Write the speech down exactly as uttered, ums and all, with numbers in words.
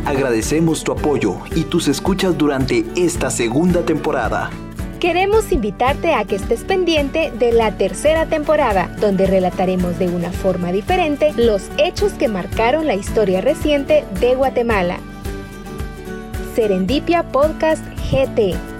Agradecemos tu apoyo y tus escuchas durante esta segunda temporada. Queremos invitarte a que estés pendiente de la tercera temporada, donde relataremos de una forma diferente los hechos que marcaron la historia reciente de Guatemala. Serendipia Podcast G T.